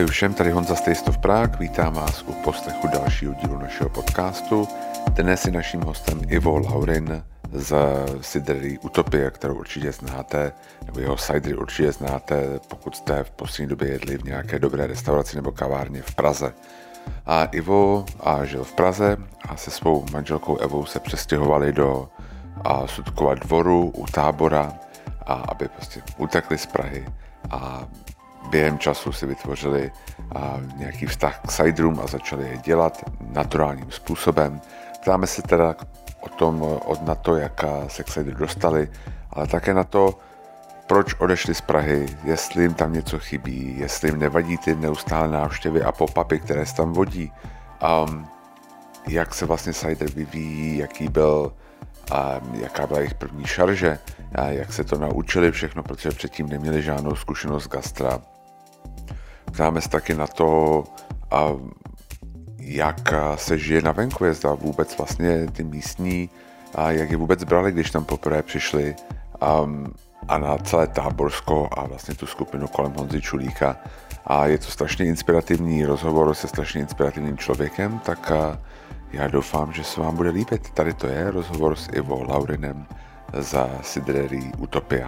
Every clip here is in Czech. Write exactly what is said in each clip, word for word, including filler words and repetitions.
Ahoj všem, tady Honza z Taste of Prague, vítám vás u poslechu dalšího dílu našeho podcastu. Dnes je naším hostem Ivo Laurin z Cidery Utopie, kterou určitě znáte, nebo jeho cidery určitě znáte, pokud jste v poslední době jedli v nějaké dobré restauraci nebo kavárně v Praze. A Ivo a žil v Praze a se svou manželkou Evou se přestěhovali do a Sutkova dvoru u Tábora, a aby prostě utekli z Prahy a během času si vytvořili a, nějaký vztah k ciderům a začali je dělat naturálním způsobem. Ptáme se teda o tom, od na to, jak se k cideru dostali, ale také na to, proč odešli z Prahy, jestli jim tam něco chybí, jestli jim nevadí ty neustále návštěvy a pop-upy, které se tam vodí, um, jak se vlastně cider vyvíjí, jaký byl, um, jaká byla jejich první šarže, a jak se to naučili všechno, protože předtím neměli žádnou zkušenost z gastra. Ptáme se taky na to, um, jak se žije na venkově, zda vůbec vlastně ty místní, a jak je vůbec brali, když tam poprvé přišli, um, a na celé Táborsko a vlastně tu skupinu kolem Honzy Čulíka. A je to strašně inspirativní rozhovor se strašně inspirativním člověkem, tak já doufám, že se vám bude líbit. Tady to je rozhovor s Ivo Laurinem za Cidery Utopia.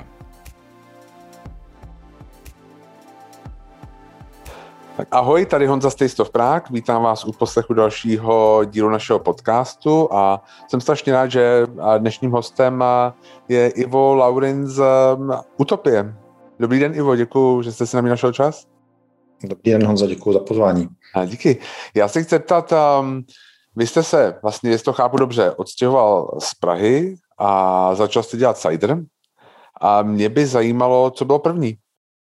Tak ahoj, tady Honza z Taste of Prague, vítám vás u poslechu dalšího dílu našeho podcastu a jsem strašně rád, že dnešním hostem je Ivo Laurin z Utopie. Dobrý den, Ivo, děkuji, že jste si na mě našel čas. Dobrý den, Honza, děkuji za pozvání. A díky. Já se chci zeptat, um, vy jste se, vlastně, jestli to chápu dobře, odstěhoval z Prahy a začal jste dělat cider a mě by zajímalo, co bylo první.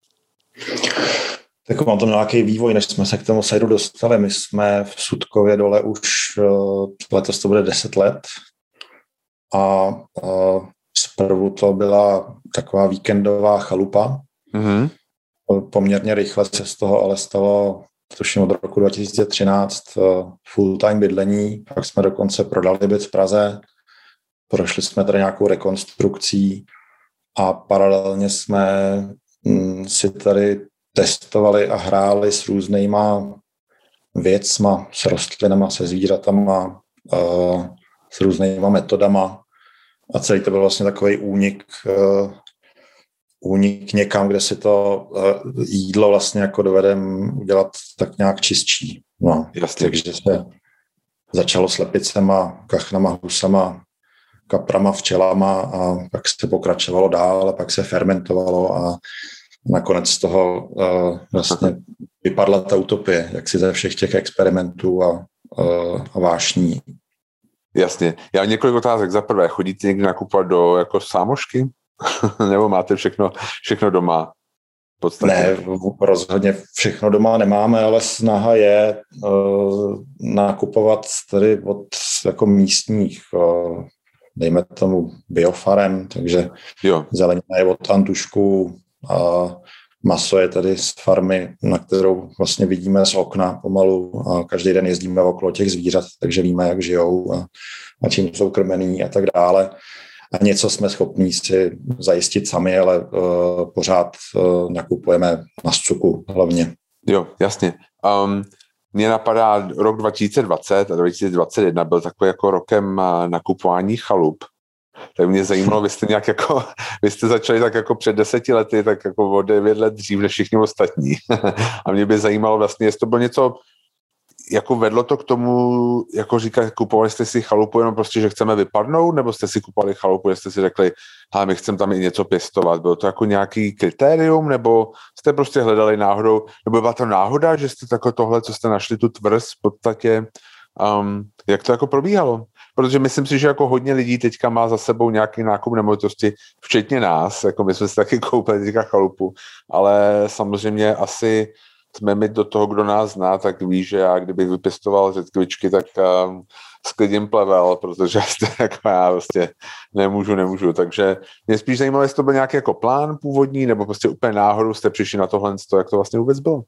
Tak mám tam nějaký vývoj, než jsme se k tomu cideru dostali. My jsme v Sutkově dole už letos to bude deset let a, a zprvu to byla taková víkendová chalupa. Mm-hmm. Poměrně rychle se z toho ale stalo, tuším od roku dva tisíce třináct, full-time bydlení. Pak jsme dokonce prodali byt v Praze, prošli jsme tady nějakou rekonstrukcí a paralelně jsme mm, si tady testovali a hráli s různýma věcma, s rostlinama, se zvířatama, s různýma metodama a celý to byl vlastně takový únik, únik někam, kde si to jídlo vlastně jako dovedem udělat tak nějak čistší. No, takže se začalo s lepicema, kachnama, husama, kaprama, včelama a pak se pokračovalo dál a pak se fermentovalo a nakonec z toho uh, vlastně vypadla ta utopie, jak si ze všech těch experimentů a, uh, a vášní. Jasně. Já mám několik otázek. Za prvé, chodíte někdy nakupovat do jako sámošky? Nebo máte všechno, všechno doma? Podstatě? Ne, rozhodně všechno doma nemáme, ale snaha je uh, nakupovat tady od jako místních, uh, dejme tomu biofarem, takže jo. Zelenina je od Antušku, a maso je tady z farmy, na kterou vlastně vidíme z okna pomalu a každý den jezdíme okolo těch zvířat, takže víme, jak žijou a, a čím jsou krmený a tak dále. A něco jsme schopní si zajistit sami, ale uh, pořád uh, nakupujeme na suku hlavně. Jo, jasně. Um, mně napadá rok dva tisíce dvacet a dva tisíce dvacet jedna byl takový jako rokem nakupování chalup. Tak mě zajímalo, vy jste nějak jako, vy jste začali tak jako před deseti lety, tak jako o devět let dřív než všichni ostatní. A mě by zajímalo vlastně, jestli to bylo něco, jako vedlo to k tomu, jako říkat, kupovali jste si chalupu jenom prostě, že chceme vypadnout, nebo jste si kupovali chalupu, že jste si řekli, hele, my chceme tam i něco pěstovat. Bylo to jako nějaký kritérium, nebo jste prostě hledali náhodou, nebo byla to náhoda, že jste tako tohle, co jste našli, tu tvrz v podstatě, um, jak to jako probíhalo? Protože myslím si, že jako hodně lidí teďka má za sebou nějaký nákup nemovitosti, včetně nás, jako my jsme si taky koupili teďka chalupu, ale samozřejmě asi jsme my do toho, kdo nás zná, tak ví, že já kdybych vypěstoval řetkvičky, tak um, s klidím plevel, protože jako já prostě nemůžu, nemůžu. Takže mě spíš zajímalo, jestli to byl nějaký jako plán původní, nebo prostě úplně náhodou jste přišli na tohle, jak to vlastně vůbec bylo.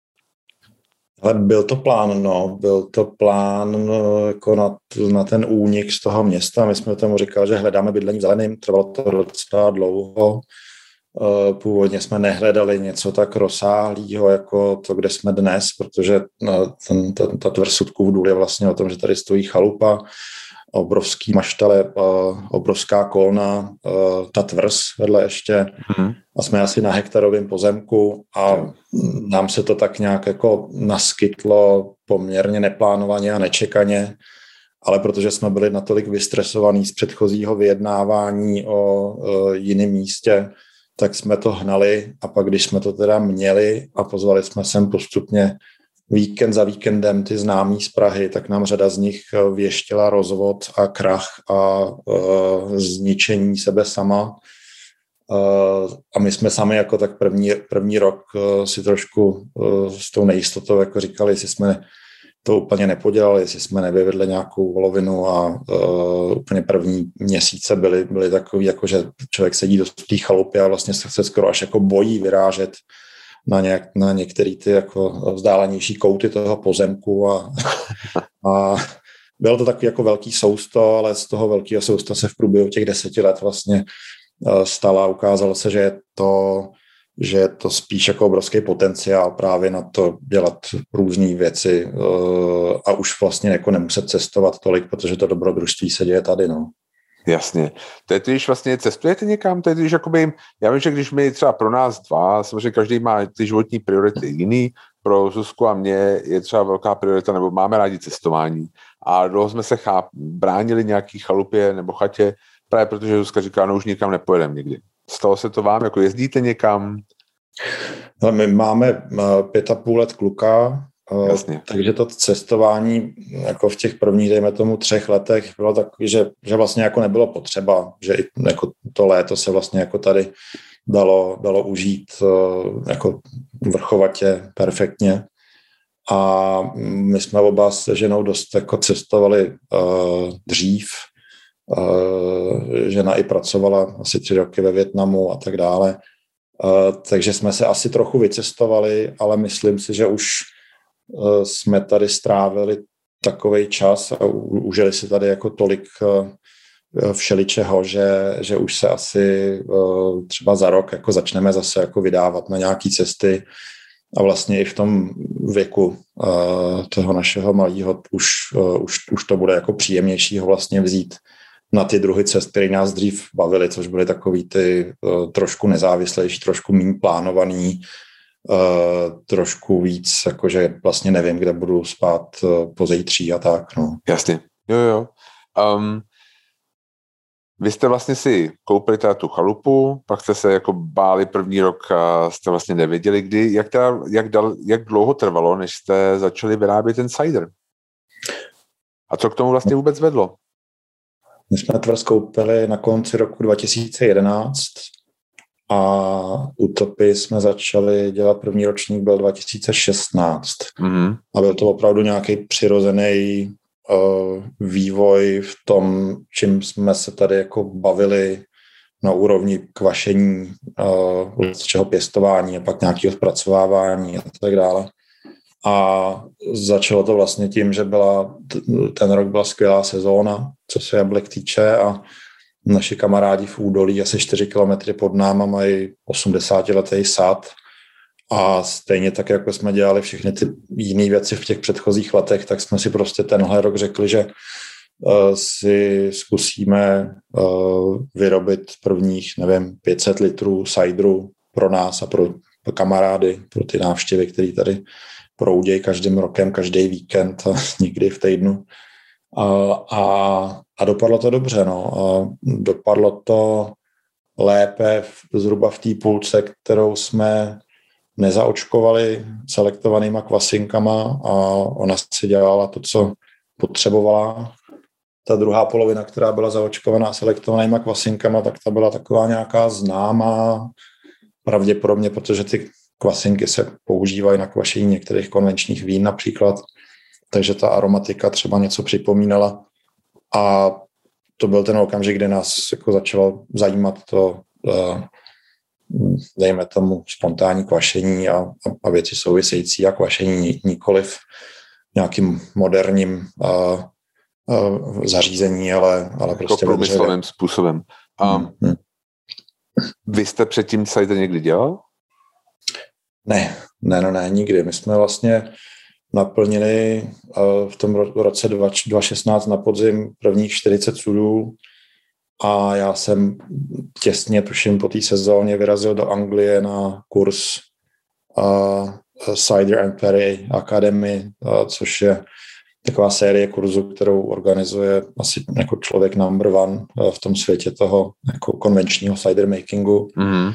Ale byl to plán, no, byl to plán no, jako na, na ten únik z toho města. My jsme tomu říkali, že hledáme bydlení v zeleným, trvalo to docela dlouho. Původně jsme nehledali něco tak rozsáhlého jako to, kde jsme dnes, protože ten, ten, ta tvrz Sutkův důl je vlastně o tom, že tady stojí chalupa, obrovský maštale, obrovská kolna, ta tvrz vedle ještě mm. a jsme asi na hektarovém pozemku a nám se to tak nějak jako naskytlo poměrně neplánovaně a nečekaně, ale protože jsme byli natolik vystresovaní z předchozího vyjednávání o jiném místě, tak jsme to hnali a pak, když jsme to teda měli a pozvali jsme sem postupně víkend za víkendem ty známí z Prahy, tak nám řada z nich věštěla rozvod a krach a uh, zničení sebe sama. Uh, a my jsme sami jako tak první, první rok uh, si trošku uh, s tou nejistotou jako říkali, jestli jsme to úplně nepodělali, jestli jsme nevyvedli nějakou volovinu a uh, úplně první měsíce byly, byly takový, jako že člověk sedí do té chalupy a vlastně se skoro až jako bojí vyrážet na, nějak, na některé ty jako vzdálenější kouty toho pozemku a, a bylo to takový jako velký sousto, ale z toho velkého sousta se v průběhu těch deseti let vlastně stala. Ukázalo se, že je to, že je to spíš jako obrovský potenciál právě na to dělat různé věci a už vlastně jako nemuset cestovat tolik, protože to dobrodružství se děje tady, no. Jasně. To je, když vlastně cestujete někam, to je, když jakoby, já vím, že když my třeba pro nás dva, samozřejmě každý má ty životní priority jiný, pro Zuzku a mě je třeba velká priorita, nebo máme rádi cestování a dlouho jsme se cháp, bránili nějaký chalupě nebo chatě, právě protože Zuzka říká, no už nikam nepojedeme nikdy. Stalo se to vám, jako jezdíte někam? No, my máme pět a půl let kluka, Jasně. Takže to cestování jako v těch prvních, dejme tomu, třech letech bylo takový, že, že vlastně jako nebylo potřeba, že i jako to léto se vlastně jako tady dalo, dalo užít jako vrchovatě, perfektně. A my jsme oba se ženou dost jako cestovali uh, dřív. Uh, žena i pracovala asi tři roky ve Vietnamu a tak dále. Uh, takže jsme se asi trochu vycestovali, ale myslím si, že už jsme tady strávili takovej čas a užili si tady jako tolik všeličeho, že, že už se asi třeba za rok jako začneme zase jako vydávat na nějaký cesty a vlastně i v tom věku toho našeho malého už, už, už to bude jako příjemnější ho vlastně vzít na ty druhy cest, které nás dřív bavily, což byly takový ty trošku nezávislejší, trošku méně plánovaný, Uh, trošku víc, jakože vlastně nevím, kde budu spát uh, pozítří a tak, no. Jasně, jo, jo. Um, vy jste vlastně si koupili teda tu chalupu, pak jste se jako báli první rok a jste vlastně nevěděli, kdy, jak, teda, jak, dal, jak dlouho trvalo, než jste začali vyrábět ten cider? A co k tomu vlastně vůbec vedlo? My jsme tvrz koupili na konci roku dva tisíce jedenáct a Utopii jsme začali dělat, první ročník byl dva tisíce šestnáct. Mm-hmm. A byl to opravdu nějaký přirozený uh, vývoj v tom, čím jsme se tady jako bavili na úrovni kvašení, uh, z čeho pěstování a pak nějakého zpracovávání a tak dále. A začalo to vlastně tím, že byla, ten rok byla skvělá sezóna, co se jablek týče, a naši kamarádi v údolí asi čtyři kilometry pod náma mají osmdesátiletý sad a stejně tak, jako jsme dělali všechny ty jiné věci v těch předchozích letech, tak jsme si prostě tenhle rok řekli, že uh, si zkusíme uh, vyrobit prvních, nevím, pět set litrů cideru pro nás a pro, pro kamarády, pro ty návštěvy, které tady proudějí každým rokem, každý víkend a někdy v týdnu. A, a, a dopadlo to dobře, no. A dopadlo to lépe v, zhruba v té půlce, kterou jsme nezaočkovali selektovanýma kvasinkama, a ona si dělala to, co potřebovala. Ta druhá polovina, která byla zaočkovaná selektovanýma kvasinkama, tak ta byla taková nějaká známá, pravděpodobně, protože ty kvasinky se používají na kvašení některých konvenčních vín například, takže ta aromatika třeba něco připomínala. A to byl ten okamžik, kdy nás jako začalo zajímat to, dejme tomu, spontánní kvašení a, a věci související a kvašení nikoliv nějakým moderním a, a zařízení, ale, ale jako prostě průmyslovým způsobem. Um, hmm. Vy jste předtím cider někdy dělal? Ne, ne, no ne, nikdy. My jsme vlastně naplnili uh, v tom roce dva tisíce šestnáct na podzim prvních čtyřicet sudů a já jsem těsně, tuším, po té sezóně vyrazil do Anglie na kurz uh, Cider and Perry Academy, uh, což je taková série kurzů, kterou organizuje asi jako člověk number one uh, v tom světě toho jako konvenčního cider makingu. Mm.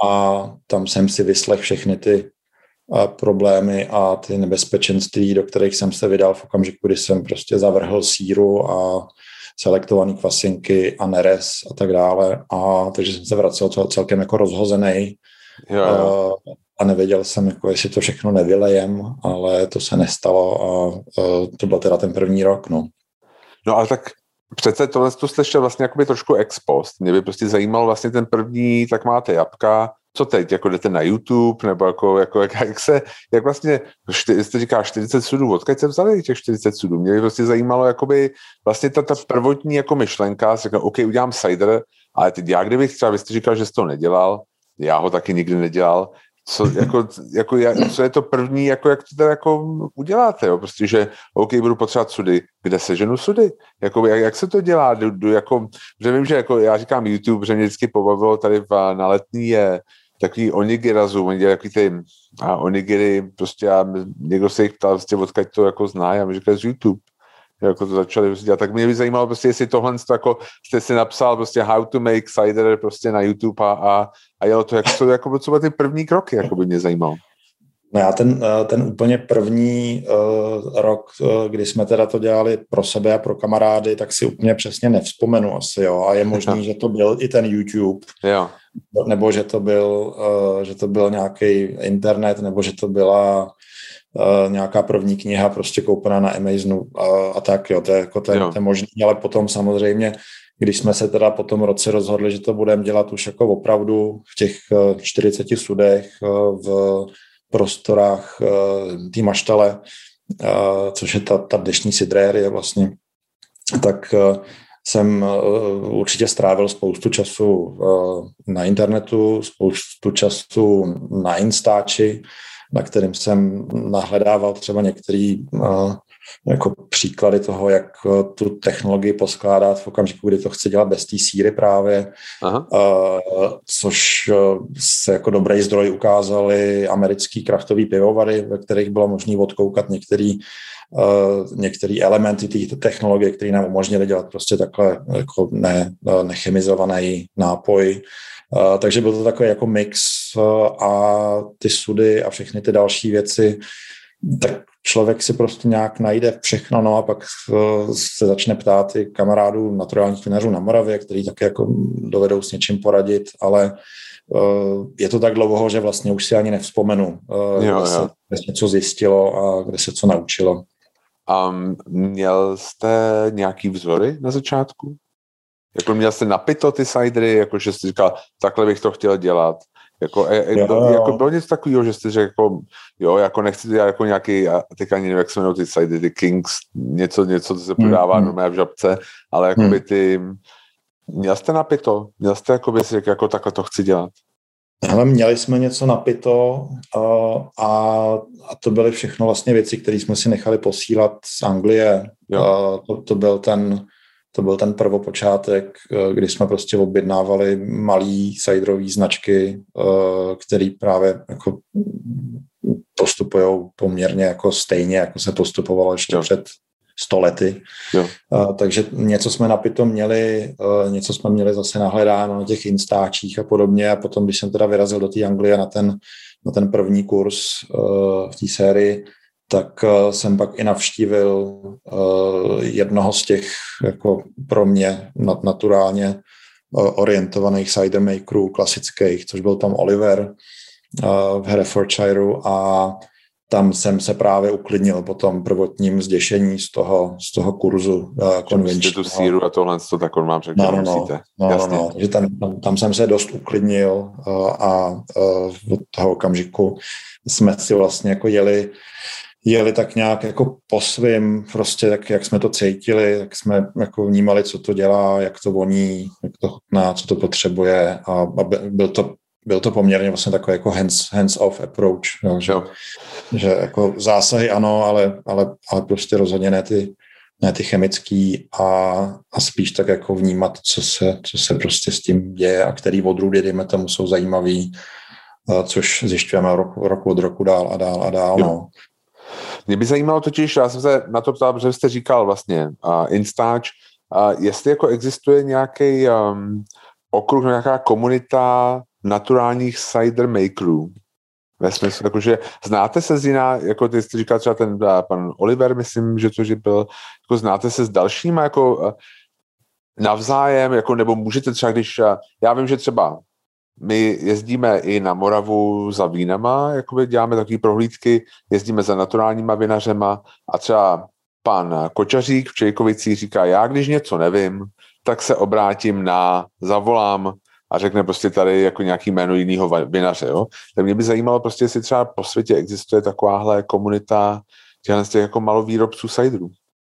A tam jsem si vyslechl všechny ty uh, problémy a ty nebezpečenství, do kterých jsem se vydal v okamžiku, kdy jsem prostě zavrhl síru a selektovaný kvasinky a nerez a tak dále. A takže jsem se vracel cel, celkem jako rozhozený. Jo, jo. Uh, a nevěděl jsem, jako, jestli to všechno nevylejem, ale to se nestalo a uh, to byl teda ten první rok. No, no ale tak přece tohle to slyšel vlastně jakoby trošku ex post. Mě by prostě zajímal vlastně ten první, tak máte jabka, co teď, jako jdete na YouTube, nebo jako, jako jak, jak se, jak vlastně, jste říká čtyřicet sudů, odkud se vzali těch čtyřicet sudů? Mě by prostě zajímalo, jakoby vlastně ta, ta prvotní jako myšlenka, si říkám, OK, udělám cider, ale teď já kdybych třeba, vy jste říkal, že jste to nedělal, já ho taky nikdy nedělal, co, jako, jako, co je to první, jako, jak to teda jako uděláte, jo? Prostě, že OK, budu potřebovat sudy, kde seženu sudy, jako, jak, jak se to dělá, jdu, jdu, jako, že vím, že jako, já říkám YouTube, že mě vždycky pobavilo tady v, na Letný je takový onigirazu, oni dělají takový ty a onigiry, prostě a někdo se jich ptal, prostě odkud to jako zná, já mi říkal z YouTube, jako to začali prostě dělat, tak mě by zajímalo prostě, jestli tohle jako jste si napsal prostě how to make cider prostě na YouTube a, a, a jelo to, jak to, jako co byly ty první kroky, jako by mě zajímalo. No já ten, ten úplně první uh, rok, uh, kdy jsme teda to dělali pro sebe a pro kamarády, tak si úplně přesně nevzpomenu asi, jo, a je možný, že to byl i ten YouTube, jo. Nebo že to byl, uh, že to byl nějaký internet, nebo že to byla Uh, nějaká první kniha prostě koupená na Amazonu uh, a tak, jo, to je, jako ten, ten možný, ale potom samozřejmě, když jsme se teda po tom roce rozhodli, že to budeme dělat už jako opravdu v těch uh, čtyřiceti sudech uh, v prostorách uh, té maštale, uh, což je ta, ta dnešní sidrérie vlastně, tak uh, jsem uh, určitě strávil spoustu času uh, na internetu, spoustu času na Instači, na kterým jsem nahledával třeba některé uh, jako příklady toho, jak uh, tu technologii poskládat v okamžiku, kdy to chce dělat bez té síry právě, uh, což uh, se jako dobrý zdroj ukázaly americký kraftový pivovary, ve kterých bylo možné odkoukat některé uh, některé elementy té technologie, které nám umožnily dělat prostě takhle jako ne, nechemizovaný nápoj. Uh, takže byl to takový jako mix uh, a ty sudy a všechny ty další věci, tak člověk si prostě nějak najde všechno, no a pak uh, se začne ptát i kamarádů naturálních vinařů na Moravě, který taky jako dovedou s něčím poradit, ale uh, je to tak dlouho, že vlastně už si ani nevzpomenu, uh, jo, kde, se, kde se něco zjistilo a kde se co naučilo. Um, měl jste nějaký vzory na začátku? Jako měl jste napito ty cidery, jako že jste říkal, takhle bych to chtěl dělat. Jako, e, jo, jo. jako bylo něco takového, že jste řekl, jako, jo, jako nechci dělat jako nějaký, teď ani nevím, jak se jmenují ty cidery, ty Kings, něco, něco, co se prodává mm, normálně v žabce, ale jakoby mm. ty, měl jste napito? Měl jste jakoby si řekl, jako takhle to chci dělat? Ale měli jsme něco napito uh, a, a to byly všechno vlastně věci, které jsme si nechali posílat z Anglie. Uh, to, to byl ten To byl ten prvopočátek, kdy jsme prostě objednávali malý ciderový značky, který právě jako postupují poměrně jako stejně, jako se postupovalo ještě jo. před sto lety. Jo. Takže něco jsme napito měli, něco jsme měli zase nahledáno na těch Instačích a podobně a potom, když jsem teda vyrazil do té Anglie na ten, na ten první kurz v té sérii, tak uh, jsem pak i navštívil uh, jednoho z těch jako pro mě naturálně uh, orientovaných cider makerů klasických, což byl tam Oliver uh, v Herefordshireu a tam jsem se právě uklidnil po tom prvotním zděšení z toho, z toho kurzu uh, konvenčního. tu síru a tohle, to tak on vám řekl, no, no, no, no, no, no, takže tam, tam, tam jsem se dost uklidnil uh, a uh, od toho okamžiku jsme si vlastně jako jeli jeli tak nějak jako po svým, prostě tak, jak jsme to cítili, jak jsme jako vnímali, co to dělá, jak to voní, jak to chutná, co to potřebuje a, a byl to byl to poměrně vlastně takový jako hands, hands-off approach, jo, že, že jako zásahy ano, ale, ale, ale prostě rozhodně ne ty, ne ty chemický a, a spíš tak jako vnímat, co se, co se prostě s tím děje a který odrůdy, dejme tomu, jsou zajímavý, což zjišťujeme roku, roku od roku dál a dál a dál. No. Mě by zajímalo totiž, já jsem se na to ptal, protože jste říkal vlastně uh, Instač, uh, jestli jako existuje nějaký um, okruh, nějaká komunita naturálních cider makerů. Ve smyslu, jakože znáte se z jiná, jako ty jste říkal třeba ten pan Oliver, myslím, že to že byl, jako znáte se s dalšíma jako navzájem, jako nebo můžete třeba, když, já vím, že třeba my jezdíme i na Moravu za vínama, jakoby děláme takové prohlídky, jezdíme za naturálníma vinařema a třeba pan Kočařík v Čejkovicích říká, já když něco nevím, tak se obrátím na, zavolám a řekne prostě tady jako nějaký jméno jinýho vinaře, jo. Tak mě by zajímalo prostě, jestli třeba po světě existuje takováhle komunita těch jako malovýrobců ciderů.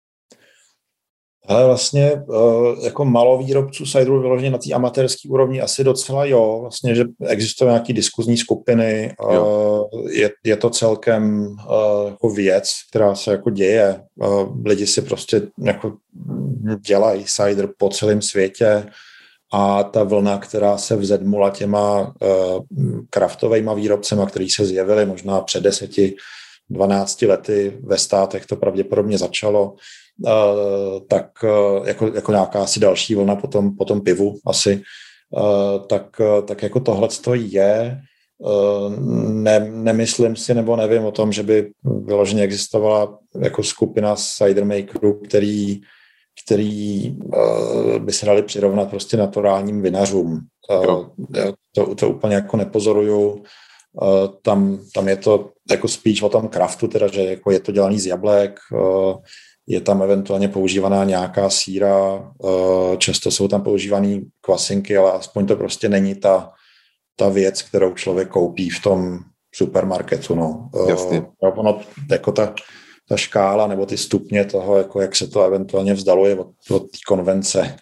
Ale vlastně jako malovýrobců ciderů vyloženě na té amatérské úrovni asi docela jo, vlastně, že existují nějaké diskuzní skupiny, je, je to celkem jako věc, která se jako děje, lidi si prostě jako dělají cider po celém světě a ta vlna, která se vzedmula těma kraftovejma výrobcema, který se zjevili možná před deseti, dvanácti lety ve státech, to pravděpodobně začalo, Uh, tak uh, jako, jako nějaká asi další vlna po tom, po tom pivu asi, uh, tak, uh, tak jako tohleto je. Uh, ne, nemyslím si nebo nevím o tom, že by vyloženě existovala jako skupina cider makerů, který, který uh, by se dali přirovnat prostě naturálním vinařům. Uh, to, to úplně jako nepozoruju. Uh, tam, tam je to jako spíš o tom craftu, teda, že jako je to dělaný z jablek, uh, je tam eventuálně používaná nějaká síra, často jsou tam používané kvasinky, ale aspoň to prostě není ta, ta věc, kterou člověk koupí v tom supermarketu. No. Jasně. Ono, jako ta, ta škála nebo ty stupně toho, jako jak se to eventuálně vzdaluje od, od té konvence,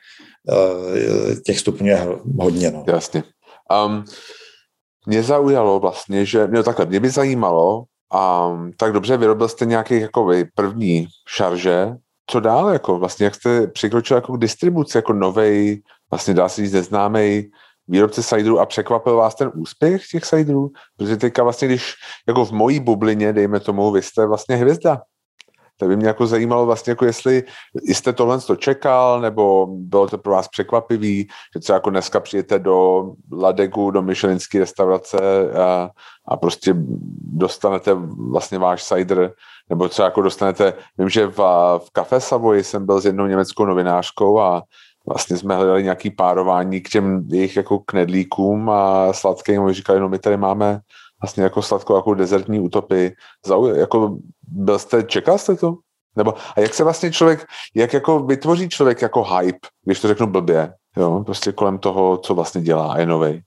těch stupňů je hodně. No. Jasně. Um, mě zaujalo vlastně, že no takhle, mě by zajímalo, a tak dobře, vyrobil jste nějaký jako první šarže. Co dál? Jako vlastně, jak jste přikročil jako k distribuci, jako novej, vlastně dá se říct neznámej výrobce ciderů a překvapil vás ten úspěch těch ciderů? Protože teďka vlastně, když jako v mojí bublině, dejme tomu, vy jste vlastně hvězda. Tak by mě jako zajímalo vlastně, jako jestli jste tohle to čekal, nebo bylo to pro vás překvapivý, že třeba jako dneska přijete do Ladegu, do michelinské restaurace a, a prostě dostanete vlastně váš cider, nebo třeba jako dostanete, vím, že v, v Café Savoy jsem byl s jednou německou novinářkou a vlastně jsme hledali nějaký párování k těm jejich jako knedlíkům a sladkým, a říkali, no my tady máme vlastně jako sladkou jako dezertní utopii. Zauj, jako byl jste, čekal jste to? Nebo, a jak se vlastně člověk, jak jako vytvoří člověk jako hype, když to řeknu blbě, jo, prostě kolem toho, co vlastně dělá a je novej?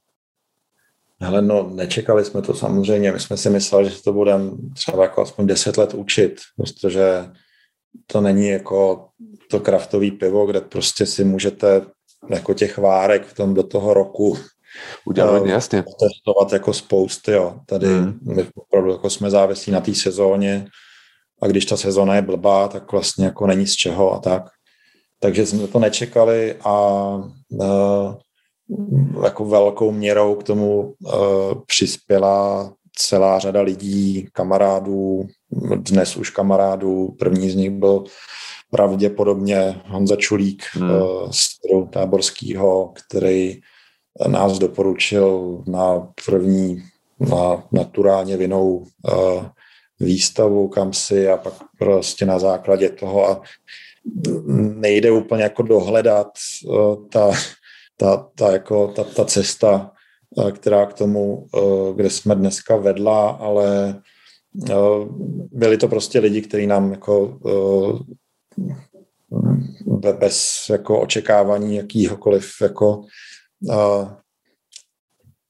Hele, no, nečekali jsme to samozřejmě, my jsme si mysleli, že to budeme třeba jako aspoň deset let učit, protože to není jako to kraftový pivo, kde prostě si můžete jako těch várek v tom do toho roku udělat, jasně. Testovat jako spousty, jo. Tady hmm. my opravdu jako jsme závislí na té sezóně a když ta sezóna je blbá, tak vlastně jako není z čeho a tak. Takže jsme to nečekali a uh, jako velkou měrou k tomu uh, přispěla celá řada lidí, kamarádů, dnes už kamarádů. První z nich byl pravděpodobně Honza Čulík hmm. uh, z Táborského, který nás doporučil na první na naturálně vinnou uh, výstavu kamsi a pak prostě na základě toho a nejde úplně jako dohledat uh, ta, ta, ta, jako, ta, ta cesta, uh, která k tomu, uh, kde jsme dneska vedla, ale uh, byli to prostě lidi, kteří nám jako uh, bez jako očekávání jakýhokoliv jako Uh,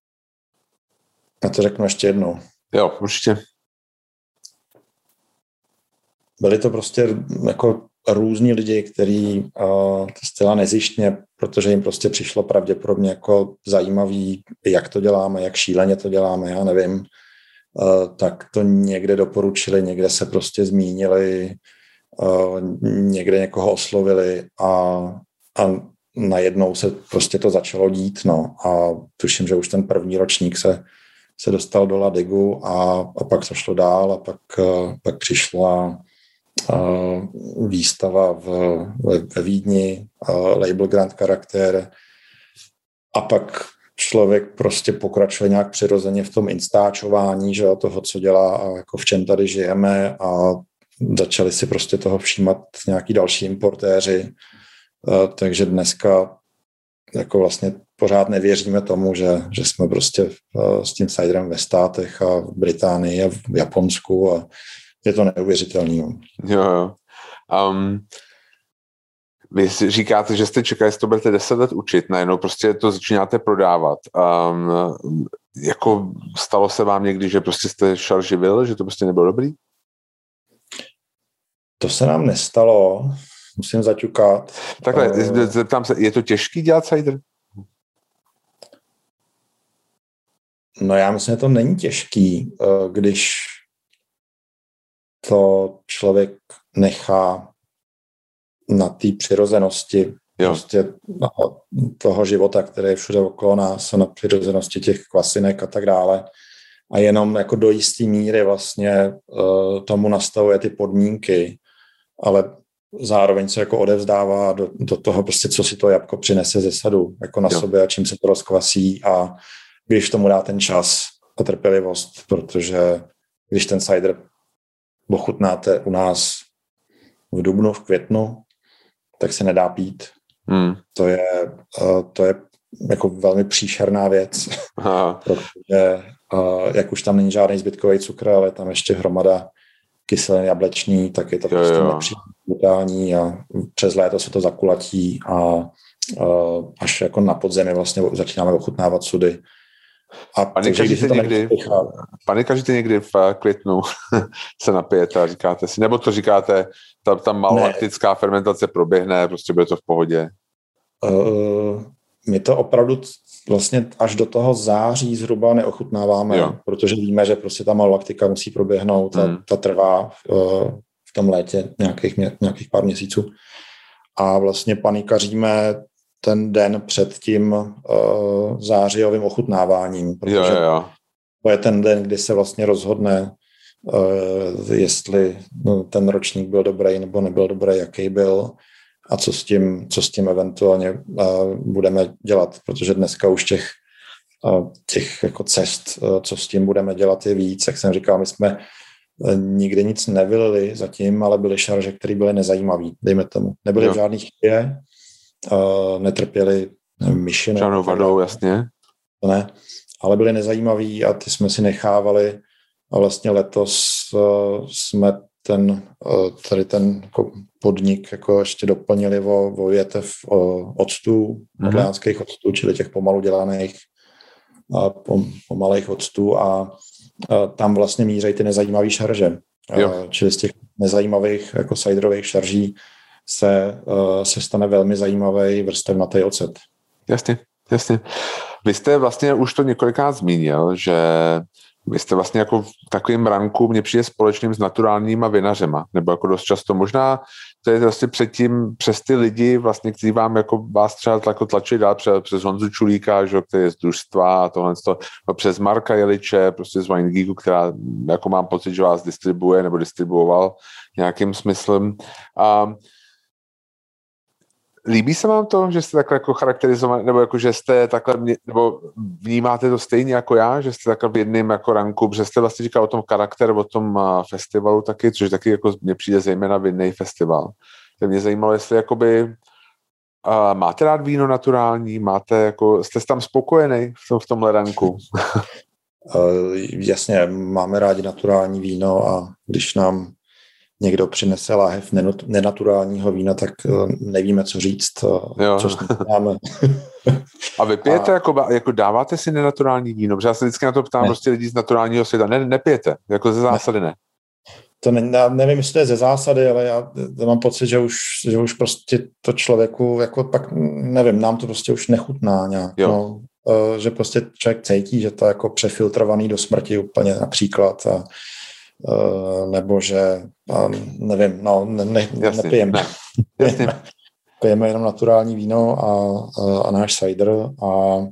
já to řeknu ještě jednou. Jo, určitě. byli to prostě jako různí lidi, kteří uh, zcela nezištně, protože jim prostě přišlo pravděpodobně jako zajímavý, jak to děláme, jak šíleně to děláme, já nevím, uh, tak to někde doporučili, někde se prostě zmínili, uh, někde někoho oslovili a, a najednou se prostě to začalo dít, no a tuším, že už ten první ročník se, se dostal do La Digu a, a pak to šlo dál a pak, uh, pak přišla Uh, výstava v, ve, ve Vídni, uh, label Grand Charakter a pak člověk prostě pokračuje nějak přirozeně v tom instáčování, že, toho, co dělá a jako v čem tady žijeme a začali si prostě toho všímat nějaký další importéři, uh, takže dneska jako vlastně pořád nevěříme tomu, že, že jsme prostě uh, s tím ciderem ve Státech a v Británii a v Japonsku a je to neuvěřitelný. Jo, jo. Um, vy si říkáte, že jste čekali, že to budete deset let učit, najednou prostě to začínáte prodávat. Um, jako stalo se vám někdy, že prostě jste šel živil, že to prostě nebylo dobrý? To se nám nestalo, musím zaťukat. Takhle, uh, zeptám se, je to těžký dělat cider? No já myslím, že to není těžký, když to člověk nechá na té přirozenosti prostě toho života, který je všude okolo nás, na přirozenosti těch kvasinek a tak dále. A jenom jako do jistý míry vlastně uh, tomu nastavuje ty podmínky, ale zároveň se jako odevzdává do, do toho prostě, co si to jabko přinese ze sadu, jako na jo. sobě a čím se to rozkvasí a když tomu dá ten čas a trpělivost, protože když ten cider ochutnáte u nás v dubnu, v květnu, tak se nedá pít. Hmm. To je, to je jako velmi příšerná věc, protože jak už tam není žádný zbytkový cukr, ale tam ještě hromada kyselin jableční, tak je to prostě nepříjemný a přes léto se to zakulatí a až jako na podzemí vlastně začínáme ochutnávat sudy. A panikažíte někdy, panikažíte někdy v květnu se napijete a říkáte si, nebo to říkáte, ta, ta malolaktická fermentace proběhne, prostě bude to v pohodě? Uh, my to opravdu vlastně až do toho září zhruba neochutnáváme, jo. protože víme, že prostě ta malolaktika musí proběhnout, ta, hmm. ta trvá uh, v tom létě nějakých, nějakých pár měsíců. A vlastně panikaříme ten den před tím uh, zářijovým ochutnáváním, protože jo, jo. to je ten den, kdy se vlastně rozhodne, uh, jestli no, ten ročník byl dobrý nebo nebyl dobrý, jaký byl a co s tím, co s tím eventuálně uh, budeme dělat, protože dneska už těch, uh, těch jako cest, uh, co s tím budeme dělat, je víc. Jak jsem říkal, my jsme uh, nikdy nic nevylili zatím, ale byly šarže, které byly nezajímavý, dejme tomu. Nebyly jo. v žádných chybě, Uh, netrpěli myši. Žádnou vadou, jasně. Ne, ale byli nezajímaví a ty jsme si nechávali a vlastně letos uh, jsme ten, uh, tady ten jako podnik jako ještě doplnili o, o větev o octů, mm-hmm. orleánských octů, čili těch pomalu dělaných a pom, pomalých octů a, a tam vlastně mířejí ty nezajímavé šarže. Uh, čili z těch nezajímavých jako ciderových šarží se, uh, se stane velmi zajímavý vrstevnatý ocet. Jasně, jasně. Vy jste vlastně už to několikrát zmínil, že vy jste vlastně jako v takovým ranku mně přijde společným s naturálníma vinařema, nebo jako dost často. Možná to je vlastně předtím přes ty lidi, vlastně, kteří vám jako vás třeba jako tlačí dál přes, přes Honzu Čulíka, že, který je z družstva a tohle, to, přes Marka Jeliče, prostě z Wine Geeku, která jako mám pocit, že vás distribuje nebo distribuoval nějakým smyslem. A líbí se vám to, že jste takhle jako charakterizovaný, nebo jako, že jste takhle, nebo vnímáte to stejně jako já, že jste takhle v jedném jako ranku, protože jste vlastně říkal o tom charakter, o tom festivalu taky, což taky jako mně přijde zejména vinný festival. To mě zajímalo, jestli jakoby uh, máte rád víno naturální, máte jako, jste tam spokojený v, tom, v tomhle ranku? uh, jasně, máme rádi naturální víno a když nám někdo přinese láhev nenaturálního vína, tak nevíme, co říct, jo. Co snídáme. A vy pijete, a... jako, jako dáváte si nenaturální víno? Protože já se vždycky na to ptám, ne. prostě lidi z naturálního světa. Ne, nepijete, jako ze zásady ne. to ne, já nevím, jestli to je ze zásady, ale já, já mám pocit, že už, že už prostě to člověku, jako pak, nevím, nám to prostě už nechutná nějak, no, že prostě člověk cítí, že to je jako přefiltrovaný do smrti úplně například a nebo že, a nevím, no, ne, ne, jasně, nepijeme. Ne. Jasně. Pijeme jenom naturální víno a, a, a náš cider a, a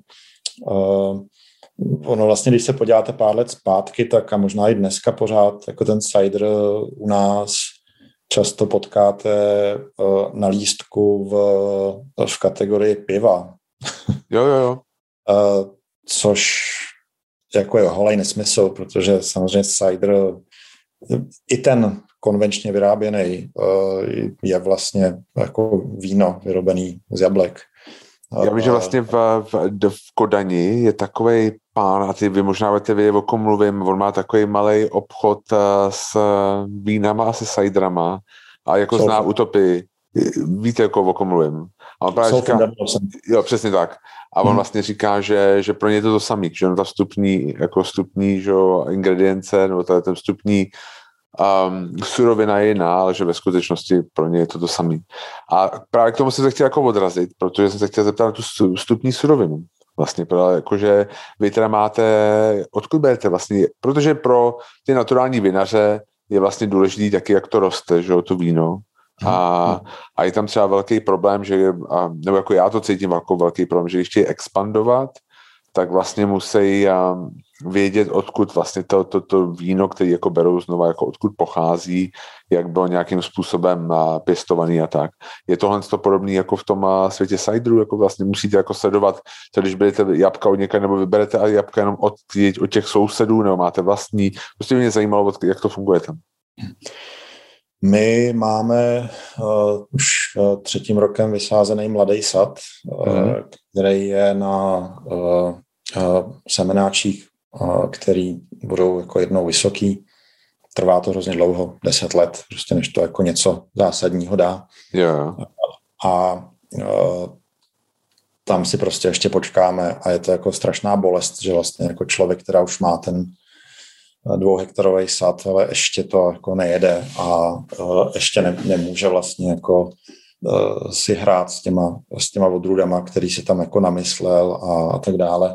ono vlastně, když se podíváte pár let zpátky, tak a možná i dneska pořád, jako ten cider u nás často potkáte na lístku v, v kategorii piva. Jo, jo, jo. Což jako je holej nesmysl, protože samozřejmě cider, i ten konvenčně vyráběný, je vlastně jako víno vyrobený z jablek. Já vím, že vlastně v, v, v Kodani je takovej pán, a ty vy možná budete vědět, o kom mluvím, on má takový malý obchod s vínama a se ciderama a jako Solfin. Zná Utopii. Víte, jako, o kom mluvím. A on právě říká, jo, přesně tak. A on hmm. vlastně říká, že, že pro ně je to to samý, že on ta vstupní, jako vstupní, že ingredience, nebo tady ten vstupní um, surovina je jiná, ale že ve skutečnosti pro ně je to to samý. A právě k tomu jsem se chtěl jako odrazit, protože jsem se chtěl zeptat na tu vstupní surovinu. Vlastně, jakože vy teda máte, odkud berete vlastně, protože pro ty naturální vinaře je vlastně důležitý taky, jak to roste, že to víno. A, a je tam třeba velký problém, že, a, nebo jako já to cítím jako velký problém, že když chtějí expandovat, tak vlastně musí um, vědět, odkud vlastně to, to, to víno, který jako berou znova, jako odkud pochází, jak bylo nějakým způsobem uh, pěstovaný a tak. Je tohle to podobný jako v tom uh, světě cideru, jako vlastně musíte jako sledovat, co když berete jabka od někaď, nebo vyberete a jabka jenom od, od těch sousedů, nebo máte vlastní. Prostě mě zajímalo, jak to funguje tam. My máme uh, už uh, třetím rokem vysázený mladý sad, uh, mm. který je na uh, uh, semenáčích, uh, který budou jako jednou vysoký. Trvá to hrozně dlouho, deset let, prostě než to jako něco zásadního dá. Yeah. A uh, tam si prostě ještě počkáme a je to jako strašná bolest, že vlastně jako člověk, která už má ten dvouhektarový sad, ale ještě to jako nejede a uh, ještě ne, nemůže vlastně jako uh, si hrát s těma, s těma odrůdama, který si tam jako namyslel a, a tak dále.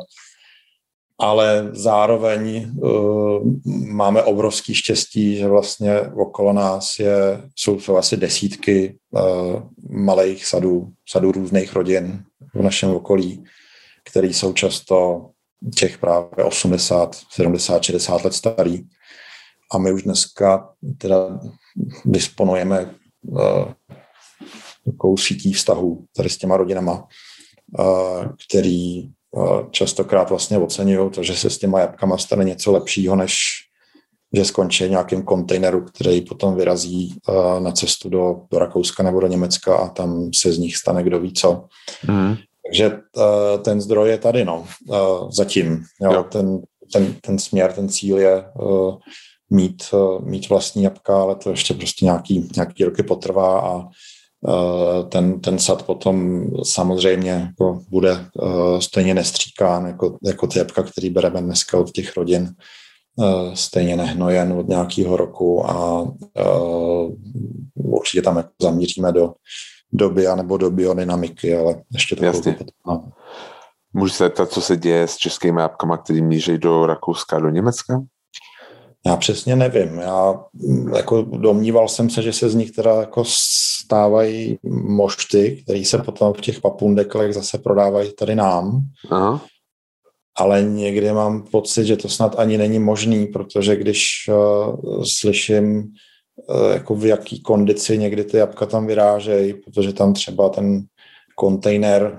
Ale zároveň uh, máme obrovský štěstí, že vlastně okolo nás je, jsou, jsou asi desítky uh, malých sadů, sadů různých rodin v našem okolí, který jsou často těch právě osmdesát, sedmdesát, šedesát let starý. A my už dneska teda disponujeme uh, takovou sítí vztahů tady s těma rodinama, uh, který uh, častokrát vlastně oceňují to, že se s těma jabkama stane něco lepšího, než že skončí nějakým kontejneru, který potom vyrazí uh, na cestu do, do Rakouska nebo do Německa a tam se z nich stane kdo ví co. Mm. Takže uh, ten zdroj je tady, no, uh, zatím. Jo, jo. Ten, ten, ten směr, ten cíl je uh, mít, uh, mít vlastní jabka, ale to ještě prostě nějaký, nějaký roky potrvá a uh, ten, ten sad potom samozřejmě jako bude uh, stejně nestříkán, jako, jako ty jabka, který bereme dneska od těch rodin, uh, stejně nehnojen od nějakého roku a uh, určitě tam jako zamíříme do do bio nebo do biodynamiky, ale ještě to potrvá. Můžu se zeptat, co se děje s českými jabkama, který míří do Rakouska, do Německa? Já přesně nevím. Já jako domníval jsem se, že se z nich teda jako stávají mošty, které se potom v těch papundeklech zase prodávají tady nám. Aha. Ale někdy mám pocit, že to snad ani není možný, protože když uh, slyším jako v jaký kondici někdy ty jabka tam vyrážejí, protože tam třeba ten kontejner,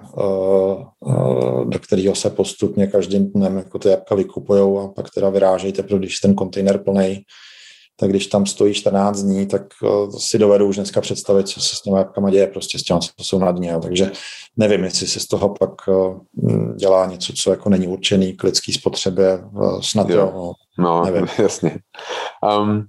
do kterého se postupně každým dnem jako ty jabka vykupujou a pak teda vyrážejí teprve, když ten kontejner plnej, tak když tam stojí čtrnáct dní, tak si dovedu už dneska představit, co se s těma jabkama děje, prostě s těma, co jsou na dně. Takže nevím, jestli se z toho pak dělá něco, co jako není určený k lidský spotřebě, snad jo. jo no, nevím. Jasně. Um...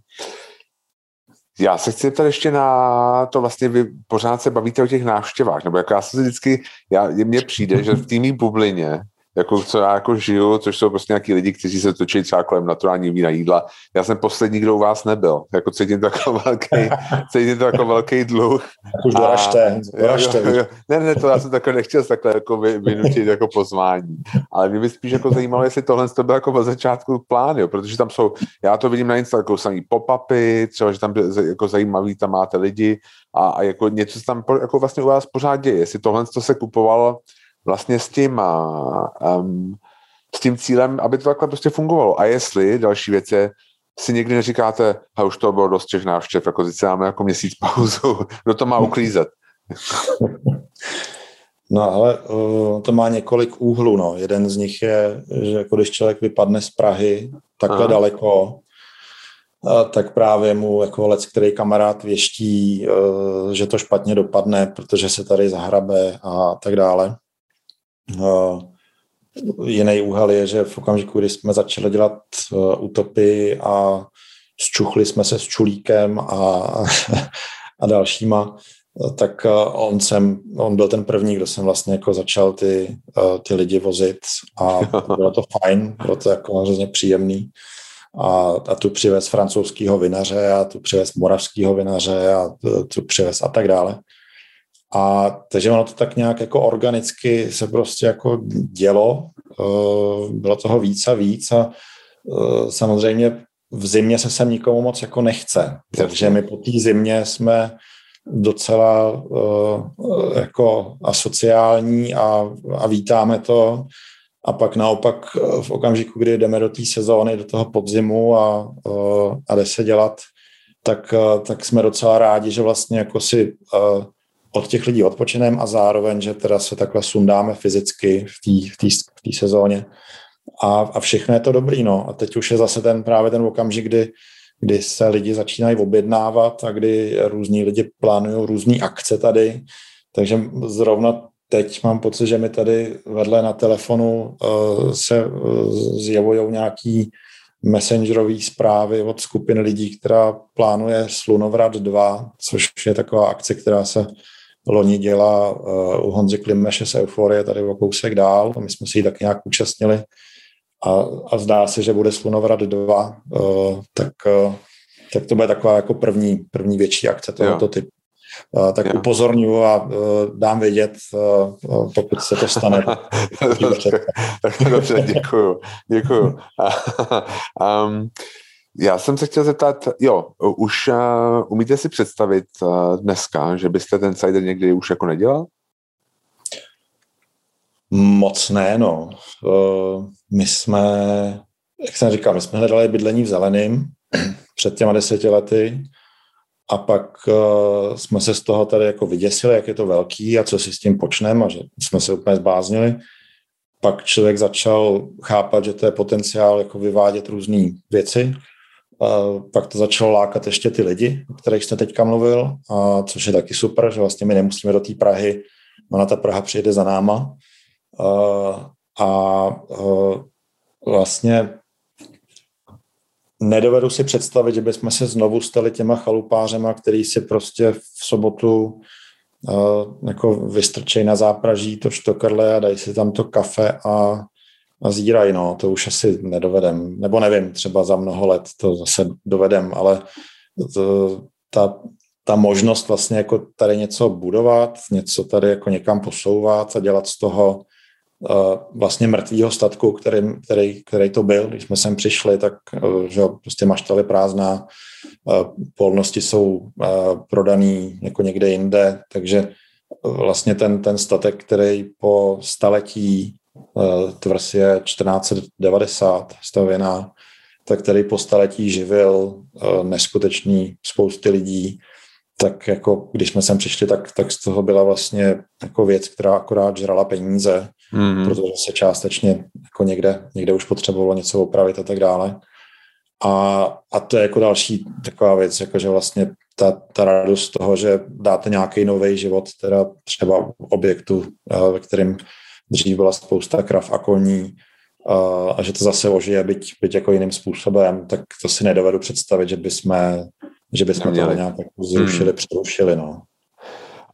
Já se chci zeptat ještě na to, vlastně vy pořád se bavíte o těch návštěvách, nebo jako já se vždycky, já, mně přijde, že v té mý bublině jako co já jako žiju, což jsou prostě nějaký lidi, kteří se točí třeba kolem naturální vína jídla. Já jsem poslední, kdo u vás nebyl. Jako cítím to jako velký, cítím to jako velký dluh. Už doražte, doražte. Jo, jo, jo. Ne, ne, to já jsem takhle nechtěl takhle jako vynutit jako pozvání. Ale mě by spíš jako zajímalo, jestli tohle to bylo jako od začátku plán, jo, protože tam jsou, já to vidím na Instagramu, jako samý pop-upy, třeba, že tam jako zajímavý, tam máte lidi a, a jako něco tam jako vlastně u vás pořád děje. Jestli tohle to se kupovalo vlastně s tím, a, um, s tím cílem, aby to takhle prostě fungovalo. A jestli, další věc je, si někdy neříkáte, a už to bylo dost těch návštěv, jako teď máme jako měsíc pauzu, kdo to má uklízet? No ale uh, to má několik úhlů, no. Jeden z nich je, že jako když člověk vypadne z Prahy takhle Aha. daleko, uh, tak právě mu jako lec, který kamarád věští, uh, že to špatně dopadne, protože se tady zahrabe a tak dále. Uh, jiný úhel je, že v okamžiku, kdy jsme začali dělat uh, utopii a zčuchli jsme se s Čulíkem a, a dalšíma, tak uh, on, jsem, on byl ten první, kdo jsem vlastně jako začal ty, uh, ty lidi vozit a bylo to fajn, bylo to jako hrozně příjemný. A, a tu přivez francouzskýho vinaře a tu přivez moravskýho vinaře a tu, tu přivez a tak dále. A takže ono to tak nějak jako organicky se prostě jako dělo, bylo toho víc a víc a samozřejmě v zimě se sem nikomu moc jako nechce, takže my po té zimě jsme docela jako asociální a, a vítáme to a pak naopak v okamžiku, kdy jdeme do té sezóny, do toho podzimu a, a jde se dělat, tak, tak jsme docela rádi, že vlastně jako si od těch lidí odpočineme a zároveň, že teda se takhle sundáme fyzicky v té v té v té sezóně. A, a všechno je to dobrý, no. A teď už je zase ten právě ten okamžik, kdy, kdy se lidi začínají objednávat a kdy různí lidi plánují různé akce tady. Takže zrovna teď mám pocit, že mi tady vedle na telefonu uh, se uh, zjevují nějaký messengerové zprávy od skupiny lidí, která plánuje Slunovrat dva, což je taková akce, která se loni dělá uh, u Honzy Klimeše z Euforie tady o kousek dál. My jsme si ji tak nějak účastnili a, a zdá se, že bude Slunovrat dva, uh, tak, uh, tak to bude taková jako první, první větší akce tohoto typu. Uh, tak jo. Upozorňuji a uh, dám vědět, uh, pokud se to stane. tak, tak dobře, děkuju. děkuju. um, já jsem se chtěl zeptat, jo, už uh, umíte si představit uh, dneska, že byste ten cider někdy už jako nedělal? Moc ne, no. Uh, my jsme, jak jsem říkal, my jsme hledali bydlení v Zeleným před těma deseti lety. A pak uh, jsme se z toho tady jako vyděsili, jak je to velký a co si s tím počneme a že jsme se úplně zbláznili. Pak člověk začal chápat, že to je potenciál jako vyvádět různé věci. Uh, pak to začalo lákat ještě ty lidi, o kterých jste teďka mluvil, a což je taky super, že vlastně my nemusíme do té Prahy, ona ta Praha přijede za náma. Uh, a uh, vlastně nedovedu si představit, že bychom se znovu stali těma chalupářema, který si prostě v sobotu uh, jako vystrčej na zápraží to štokrle a dají si tam to kafe a, a zírají, no, to už asi nedovedem. Nebo nevím, třeba za mnoho let to zase dovedem, ale to, ta, ta možnost vlastně jako tady něco budovat, něco tady jako někam posouvat a dělat z toho vlastně mrtvýho statku, který, který, který to byl. Když jsme sem přišli, tak že prostě maštali prázdná, polnosti jsou prodaný jako někde jinde, takže vlastně ten, ten statek, který po staletí, tvrz je čtrnáct set devadesát stavěná, tak který po staletí živil neskutečný spousty lidí, tak jako když jsme sem přišli, tak, tak z toho byla vlastně jako věc, která akorát žrala peníze, mm-hmm. protože se částečně jako někde, někde už potřebovalo něco opravit a tak dále. A, a to je jako další taková věc, jako že vlastně ta, ta radost toho, že dáte nějaký nový život, teda třeba objektu, ve kterém dřív byla spousta krav a koní, a, a že to zase ožije, byť, byť jako jiným způsobem, tak to si nedovedu představit, že bychom že bychom to nějak zrušili, hmm. přerušili, no.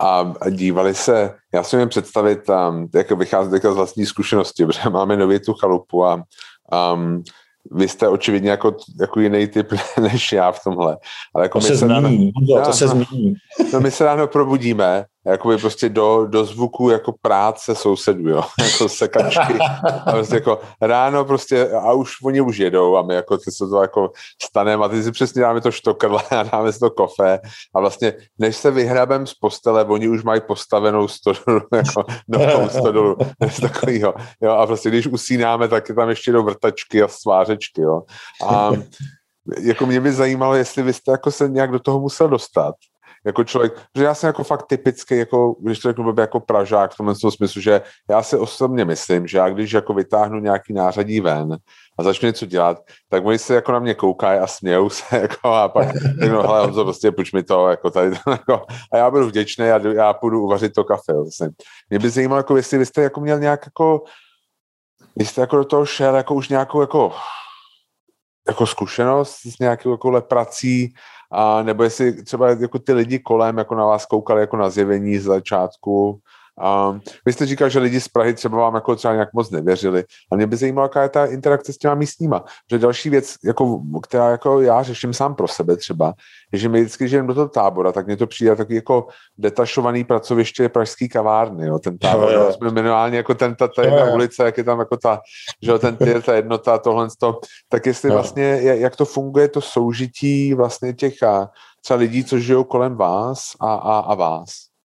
a dívali se, já si můžu představit, um, jako vycházet z vlastní zkušenosti, protože máme nově tu chalupu a um, vy jste očividně jako, jako jiný typ než já v tomhle. Ale jako to, my se se zmíní, ráno, to já, se zmíní. No my se ráno probudíme, jakoby prostě do, do zvuku jako práce sousedů, jo, jako sekačky. A prostě jako ráno prostě, a už oni už jedou a my jako ty se to jako staneme a ty si přesně dáme to štokrle a dáme si to kofe a vlastně než se vyhrabem z postele, oni už mají postavenou stodolu, jako novou stodolu, něco takovýho, jo, a prostě když usínáme, tak je tam ještě do vrtačky a svářečky, jo. A jako mě by zajímalo, jestli vy jste jako se nějak do toho musel dostat, jako člověk, že já jsem jako fakt typický, jako, když to řeknu jako Pražák v tomhle smyslu, že já si osobně myslím, že já když jako vytáhnu nějaký nářadí ven a začnu něco dělat, tak oni se jako na mě koukají a smějou se, jako, a pak řeknou, hele Honzo, prostě půjč mi to, jako tady, jako, a já budu vděčný a já půjdu uvařit to kafe. Vlastně. Mě by zajímalo, jako, jestli vy jste jako měl nějak jako, vy jste jako do toho šel jako už nějakou jako, jako zkušenost s nějakou jako prací, a nebo jestli třeba jako ty lidi kolem jako na vás koukali jako na zjevení z začátku. Um, vy jste říkal, že lidi z Prahy třeba vám jako třeba nějak moc nevěřili. A mě by zajímalo, jaká je ta interakce s těma místníma. Že další věc, jako, která jako já řeším sám pro sebe třeba, je, že my vždycky žijeme do toho tábora, tak mně to přijde takový jako detašovaný pracoviště pražský kavárny. Jo. Ten tábor, jo, jo. Jsme minimálně jako ten, ta, ta jedna jo, jo. ulice, jak je tam jako ta, že ten tyr, ta jednota, tohle, to, tak jestli jo. vlastně, jak to funguje, to soužití vlastně těch a třeba lidí, co žijou kolem vás a, a, a vás.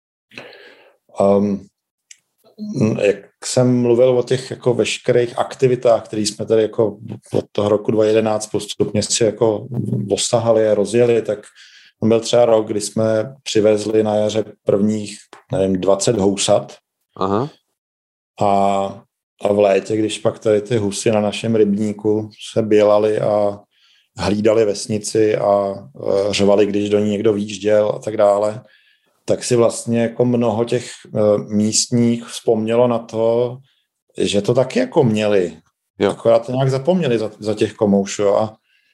Um, jak jsem mluvil o těch jako veškerých aktivitách, které jsme tady jako od toho roku dva tisíce jedenáct postupně si jako osahali a rozjeli, tak byl třeba rok, kdy jsme přivezli na jaře prvních, nevím, dvacet housat. Aha. A, a v létě, když pak tady ty husy na našem rybníku se bělaly a hlídali vesnici a řvali, když do ní někdo výjížděl a tak dále, tak si vlastně jako mnoho těch místních vzpomnělo na to, že to taky jako měli. Jo. Akorát to nějak zapomněli za, za těch komoušů. A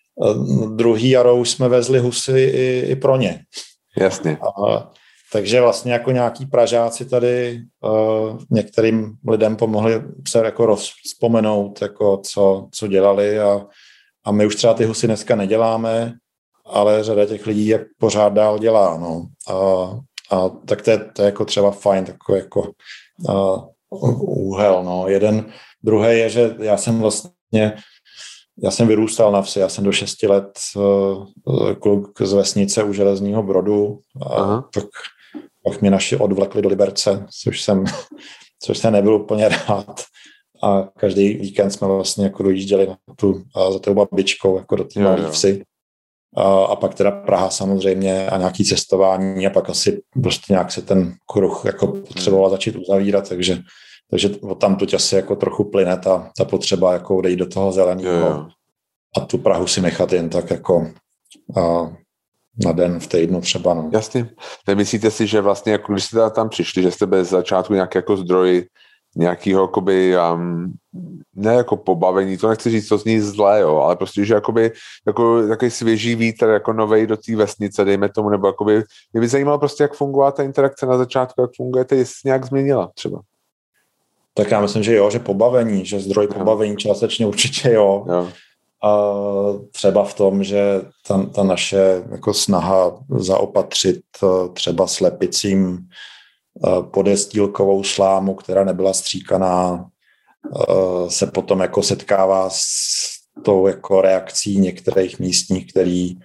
druhý jaro už jsme vezli husy i, i pro ně. Jasně. A, takže vlastně jako nějaký Pražáci tady uh, některým lidem pomohli se jako rozpomenout, jako co, co dělali a, a my už třeba ty husy dneska neděláme, ale řada těch lidí je pořád dál dělá. No. A, A tak to je, to je jako třeba fajn, takový jako uh, úhel. No. Jeden, druhý je, že já jsem vlastně, já jsem vyrůstal na vsi, já jsem do šesti let uh, kluk z vesnice u Železního Brodu a pak, pak mě naši odvlekli do Liberce, což jsem, což jsem nebyl úplně rád. A každý víkend jsme vlastně jako dojížděli na tu, za tou babičkou jako do té malé vsi. A pak teda Praha samozřejmě a nějaké cestování a pak asi prostě nějak se ten kruh jako potřeboval začít uzavírat, takže, takže tam tu asi jako trochu plyne ta, ta potřeba jako odejít do toho zeleného a tu Prahu si nechat jen tak jako a, na den v týdnu třeba. No. Jasně. Nemyslíte si, že vlastně jako když jste tam přišli, že jste bez začátku nějaký jako zdroj nějakýho jakoby, um, ne jako pobavení, to nechci říct, to zní zlé, jo, ale prostě, že jakoby, jako takový svěží vítr, jako novej do té vesnice, dejme tomu, nebo jakoby, mě by zajímalo prostě, jak fungovala ta interakce na začátku, jak fungujete, jestli nějak změnila třeba. Tak já myslím, že jo, že pobavení, že zdroj jo. pobavení částečně určitě jo. jo. A třeba v tom, že ta, ta naše jako snaha zaopatřit třeba slepicím podestýlkovou slámu, která nebyla stříkaná, se potom jako setkává s tou jako reakcí některých místních, který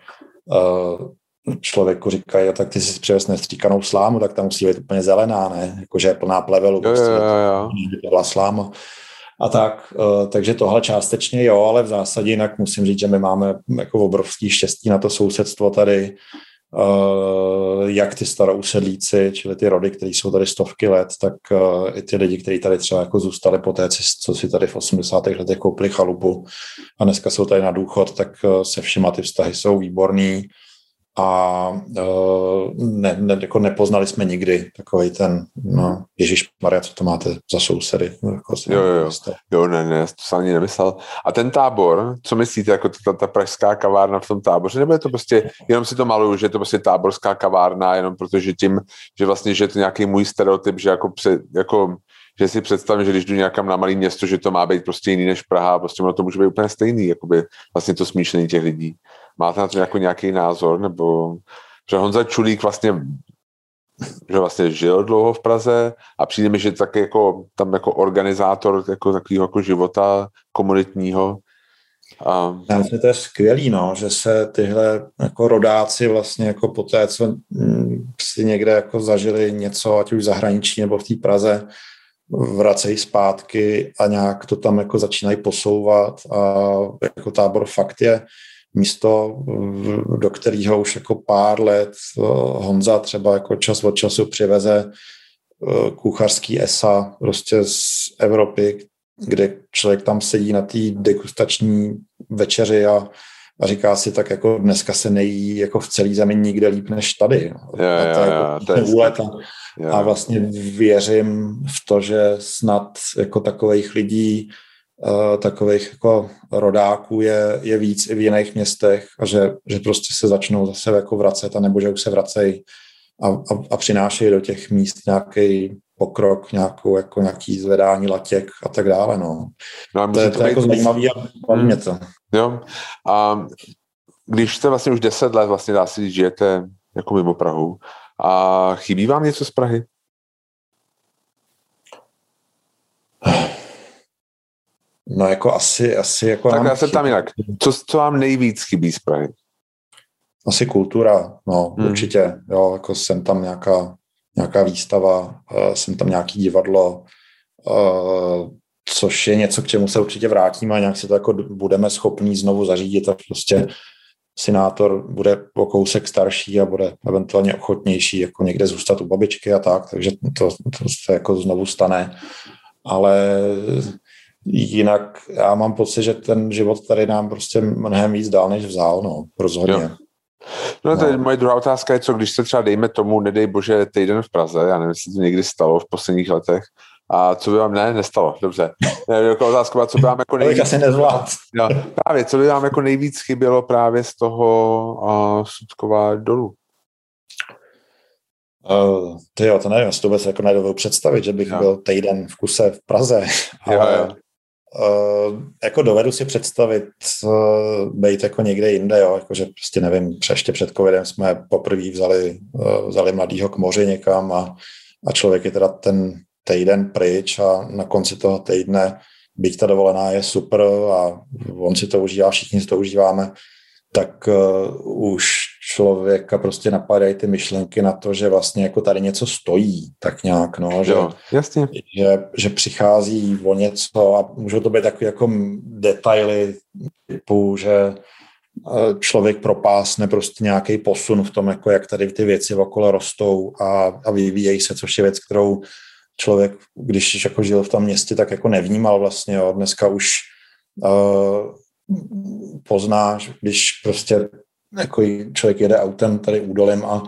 člověku říkají, tak ty si přivez nestříkanou slámu, tak tam musí být úplně zelená, ne? Jakože je plná plevelu, jo, jo, jo. byla sláma. A tak, takže tohle částečně jo, ale v zásadě jinak musím říct, že my máme jako obrovský štěstí na to sousedstvo tady, jak ty starousedlíci, čili ty rody, které jsou tady stovky let, tak i ty lidi, kteří tady třeba jako zůstali po té, co si tady v osmdesátých letech koupili chalupu a dneska jsou tady na důchod, tak se všema ty vztahy jsou výborný. a uh, ne, ne, jako nepoznali jsme nikdy takovej ten, no, ježišmarja, co to máte za sousedy. Jako jo, jo, jo. jo, ne, ne, to jsem ani nemyslel. A ten tábor, co myslíte, jako ta, ta pražská kavárna v tom táboře, nebo je to prostě, jenom si to maluju, že je to prostě táborská kavárna, jenom protože tím, že vlastně, že je to nějaký můj stereotyp, že jako, před, jako že si představím, že když jdu nějakam na malé město, že to má být prostě jiný než Praha, prostě ono to může být úplně stejný, jakoby vlastně to smýšlení těch lidí. Máte na to jako nějaký názor, nebo že Honza Čulík vlastně, že vlastně žil dlouho v Praze a přijde mi, že taky jako tam jako organizátor jako takového jako života komunitního. A... Já myslím, to je skvělý, no, že se tyhle jako rodáci vlastně jako po té, co si někde jako zažili něco, ať už v zahraničí nebo v té Praze, vracejí zpátky a nějak to tam jako začínají posouvat a jako Tábor fakt je místo, do kterého už jako pár let Honza třeba jako čas od času přiveze kuchařský esa prostě z Evropy, kde člověk tam sedí na té degustační večeři a, a říká si tak jako dneska se nejí jako v celé zemi nikde líp než tady. Jo, jo, jo, to je úlet. A vlastně věřím v to, že snad jako takových lidí, uh, takových jako rodáků je, je víc i v jiných městech a že, že prostě se začnou zase jako vracet a nebo že už se vracejí a, a, a přinášejí do těch míst nějaký pokrok, nějakou, jako nějaký zvedání latěk a tak dále. No. No, to je, to je jako zajímavý a baví mě to. Jo. A když jste vlastně už deset let vlastně dá si, žijete jako mimo Prahu, a chybí vám něco z Prahy? No jako asi, asi jako... Tak já se tam jinak. Co, co vám nejvíc chybí z Prahy? Asi kultura, no hmm. určitě. Jo, jako jsem tam nějaká, nějaká výstava, uh, jsem tam nějaký divadlo, uh, což je něco, k čemu se určitě vrátíme a nějak si to jako budeme schopní znovu zařídit a prostě Sinátor bude o kousek starší a bude eventuálně ochotnější jako někde zůstat u babičky a tak, takže to, to se jako znovu stane. Ale jinak já mám pocit, že ten život tady nám prostě mnohem víc dál, než vzal, no, rozhodně. Jo. No, to je moje druhá otázka je, co když se třeba dejme tomu, nedej bože, týden v Praze, já nevím, jestli to někdy stalo v posledních letech, a co by vám, ne, nestalo, dobře. Ne, jako otázka, co by vám jako nejvíc... asi nezvlád. No, právě, co by vám jako nejvíc chybělo právě z toho uh, Sutkova dolu? Uh, ty jo, to nevím, já si to vůbec jako nedovedu představit, že bych jo. byl týden v kuse v Praze, ale jo, jo. Uh, jako dovedu si představit uh, být jako někde jinde, jo, jakože prostě nevím, ještě před covidem jsme poprvé vzali, uh, vzali mladýho k moři někam a, a člověk je teda ten týden pryč a na konci toho týdne, byť ta dovolená je super a on si to užívá, všichni si to užíváme, tak uh, už člověka prostě napadají ty myšlenky na to, že vlastně jako tady něco stojí, tak nějak, no, že, jo, jasně. Že, že přichází o něco a můžou to být takové jako detaily typu, že člověk propásne prostě nějaký posun v tom, jako jak tady ty věci okolo rostou a, a vyvíjejí se, což je věc, kterou člověk, když jako žil v tom městě, tak jako nevnímal vlastně, jo. Dneska už uh, poznáš, když prostě jako člověk jede autem tady údolem a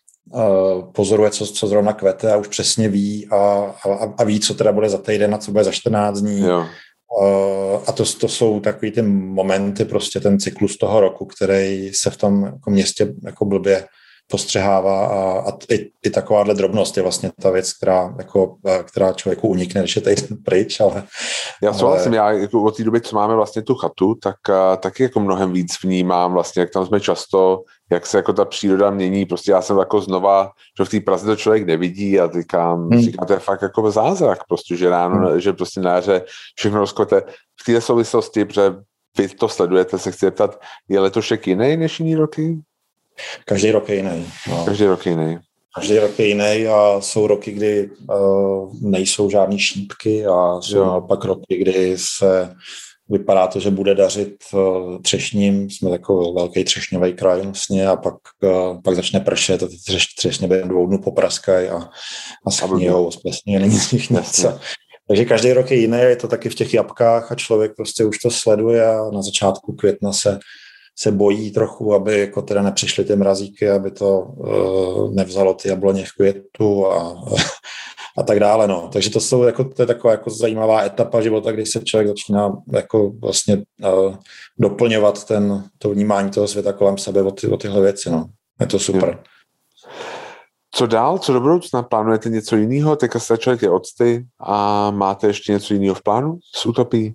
uh, pozoruje, co, co zrovna kvete a už přesně ví a, a, a ví, co teda bude za týden a co bude za čtrnáct dní. Jo. Uh, a to, to jsou takový ty momenty, prostě ten cyklus toho roku, který se v tom jako městě jako blbě postřehává a, a i, i takováhle drobnost je vlastně ta věc, která, jako, která člověku unikne, když je tady pryč, ale... Já souhlasím, ale... já jako od té doby, co máme vlastně tu chatu, tak uh, taky jako mnohem víc vnímám vlastně, jak tam jsme často, jak se jako ta příroda mění, prostě já jsem jako znova, že v té Praze to člověk nevidí a říkám, hmm. říkám, to je fakt jako zázrak, prostě, že ráno, hmm. že prostě na jaře všechno rozkvete. V té souvislosti, protože vy to sledujete, se chci zeptat, je letošek jiný než jiný roky? Každý rok je jiný. No. Každý rok je jiný. Každý rok je jiný a jsou roky, kdy uh, nejsou žádný šípky a jsou jo. naopak roky, kdy se vypadá to, že bude dařit uh, třešním. Jsme takový velký třešňový kraj vlastně a pak, uh, pak začne pršet a ty třeš, třešně během dvou dnů popraskají a, a schnijou, splesní, není z nich nic. Takže každý rok je jiný, je to taky v těch jabkách a člověk prostě už to sleduje a na začátku května se se bojí trochu, aby jako teda nepřišly ty mrazíky, aby to uh, nevzalo ty jabloně v květu a, a tak dále. No. Takže to jsou jako, to je taková jako zajímavá etapa života, kdy se člověk začíná jako vlastně uh, doplňovat ten, to vnímání toho světa kolem sebe o, ty, o tyhle věci. No. Je to super. Jo. Co dál? Co do budoucna? Plánujete něco jiného? Teďka jste začali ty octy a máte ještě něco jiného v plánu s Utopií?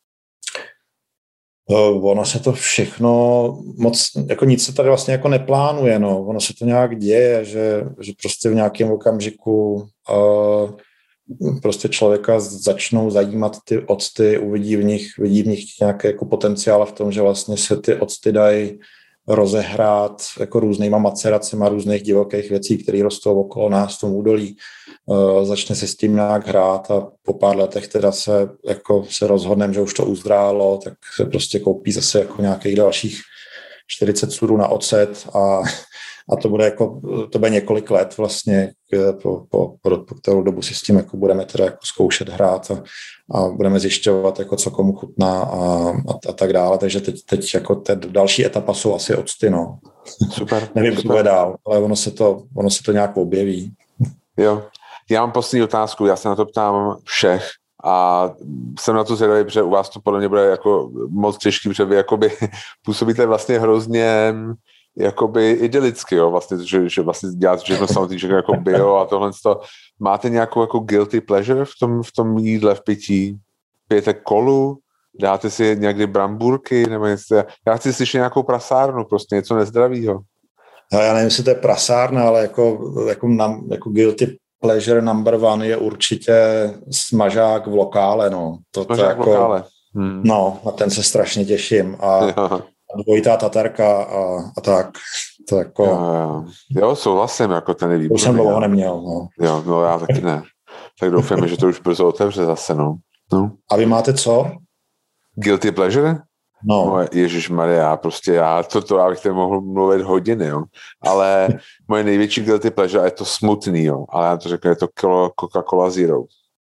Ono se to všechno moc, jako nic se tady vlastně jako neplánuje, no. Ono se to nějak děje, že, že prostě v nějakém okamžiku uh, prostě člověka začnou zajímat ty octy, uvidí v nich, vidí v nich nějaký jako potenciál v tom, že vlastně se ty octy dají rozehrát jako různýma maceracema různých divokých věcí, které rostou okolo nás v tom údolí. Uh, začne se s tím nějak hrát a po pár letech teda se, jako se rozhodneme, že už to uzrálo, tak se prostě koupí zase jako nějakých dalších čtyřicet sudů na ocet a, a to bude jako, to bude několik let vlastně, po, po, po, po kterou dobu si s tím jako budeme teda jako zkoušet hrát a, a budeme zjišťovat, jako co komu chutná a, a, a tak dále, takže teď, teď jako te další etapa jsou asi octy, no. Super. Nevím, co bude dál, ale ono se to, ono se to nějak objeví. Jo. Já mám poslední otázku, já se na to ptám všech a jsem na to zvědavý, protože u vás to podle mě bude jako moc těžký, protože vy jakoby působíte vlastně hrozně jakoby idylicky, jo, vlastně, že, že vlastně děláte všechno samozřejmě, že jako bio a tohle to. Máte nějakou jako guilty pleasure v tom, v tom jídle, v pití? Pijete kolu? Dáte si někdy brambůrky? Nebo něco? Já chci slyšet nějakou prasárnu, prostě něco nezdravýho. No, já nevím, jestli to je prasárna, ale jako, jako, jako guilty pleasure number one je určitě smažák v lokále, no. To, smažák to v jako, lokále. Hmm. No, na ten se strašně těším. A, a dvojitá tatarka a, a tak. To jako... Jo, jo. jo, souhlasím, jako ten je výborný. Už jsem dlouho neměl, no. Jo, no já taky ne. Tak doufáme, že to už brzo otevře zase, no. no. A vy máte co? Guilty pleasure? No. no Ježišmarja, prostě já, to, to já bych tady mohl mluvit hodiny, jo. Ale moje největší guilty pleasure je to smutný, jo. Ale já to řeknu, je to Coca-Cola Zero.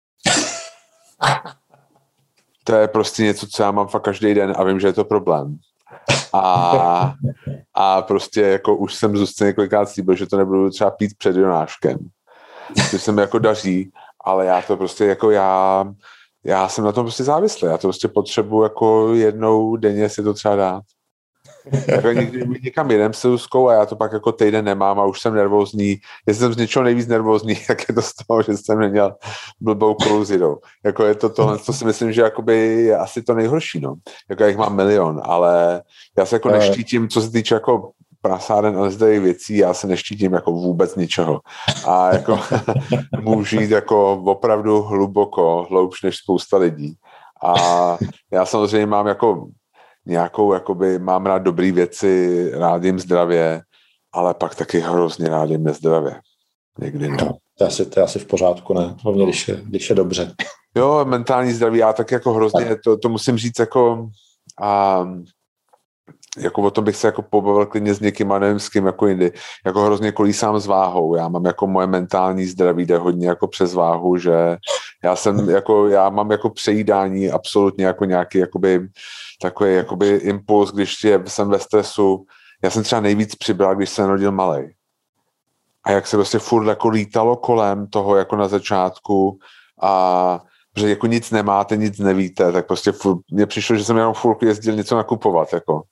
To je prostě něco, co já mám fakt každý den a vím, že je to problém. A, a prostě jako už jsem Zuzce několikrát slíbil, že to nebudu třeba pít před Jonáškem. Což se mi jako daří, ale já to prostě jako já já jsem na tom prostě závislý. Já to prostě potřebuji jako jednou denně si to třeba dát. Jako někdy někam jedem s Zuzkou a já to pak jako týden nemám a už jsem nervózní. Jestli jsem z něčeho nejvíc nervózní, tak je to z toho, že jsem neměl blbou Colu Zero. Jako je to tohle, to si myslím, že jakoby je asi to nejhorší, no. Jako já jich mám milion, ale já se jako neštítím, co se týče jako prasáren a zdravých věcí, já se neštítím jako vůbec ničeho. A jako můžu jít jako opravdu hluboko, hloubš než spousta lidí. A já samozřejmě mám jako nějakou, jakoby, mám rád dobrý věci, rád jim zdravě, ale pak taky hrozně rád jim nezdravě. Někdy ne. No, to, je asi, to je asi v pořádku, ne? Hlavně, když je, když je dobře. Jo, mentální zdraví, já tak jako hrozně, to, to musím říct jako a jako o tom bych se jako pobavil klidně s někým a nevím s kým jako jindy. Jako hrozně kolísám s váhou. Já mám jako moje mentální zdraví jde hodně jako přes váhu, že já jsem jako, já mám jako přejídání absolutně jako nějaký jakoby takový jakoby impuls, když je, jsem ve stresu. Já jsem třeba nejvíc přibral, když jsem narodil malej. A jak se prostě furt jako lítalo kolem toho jako na začátku a že jako nic nemáte, nic nevíte, tak prostě furt, mně přišlo, že jsem jenom furt jezdil něco nakupovat, jako.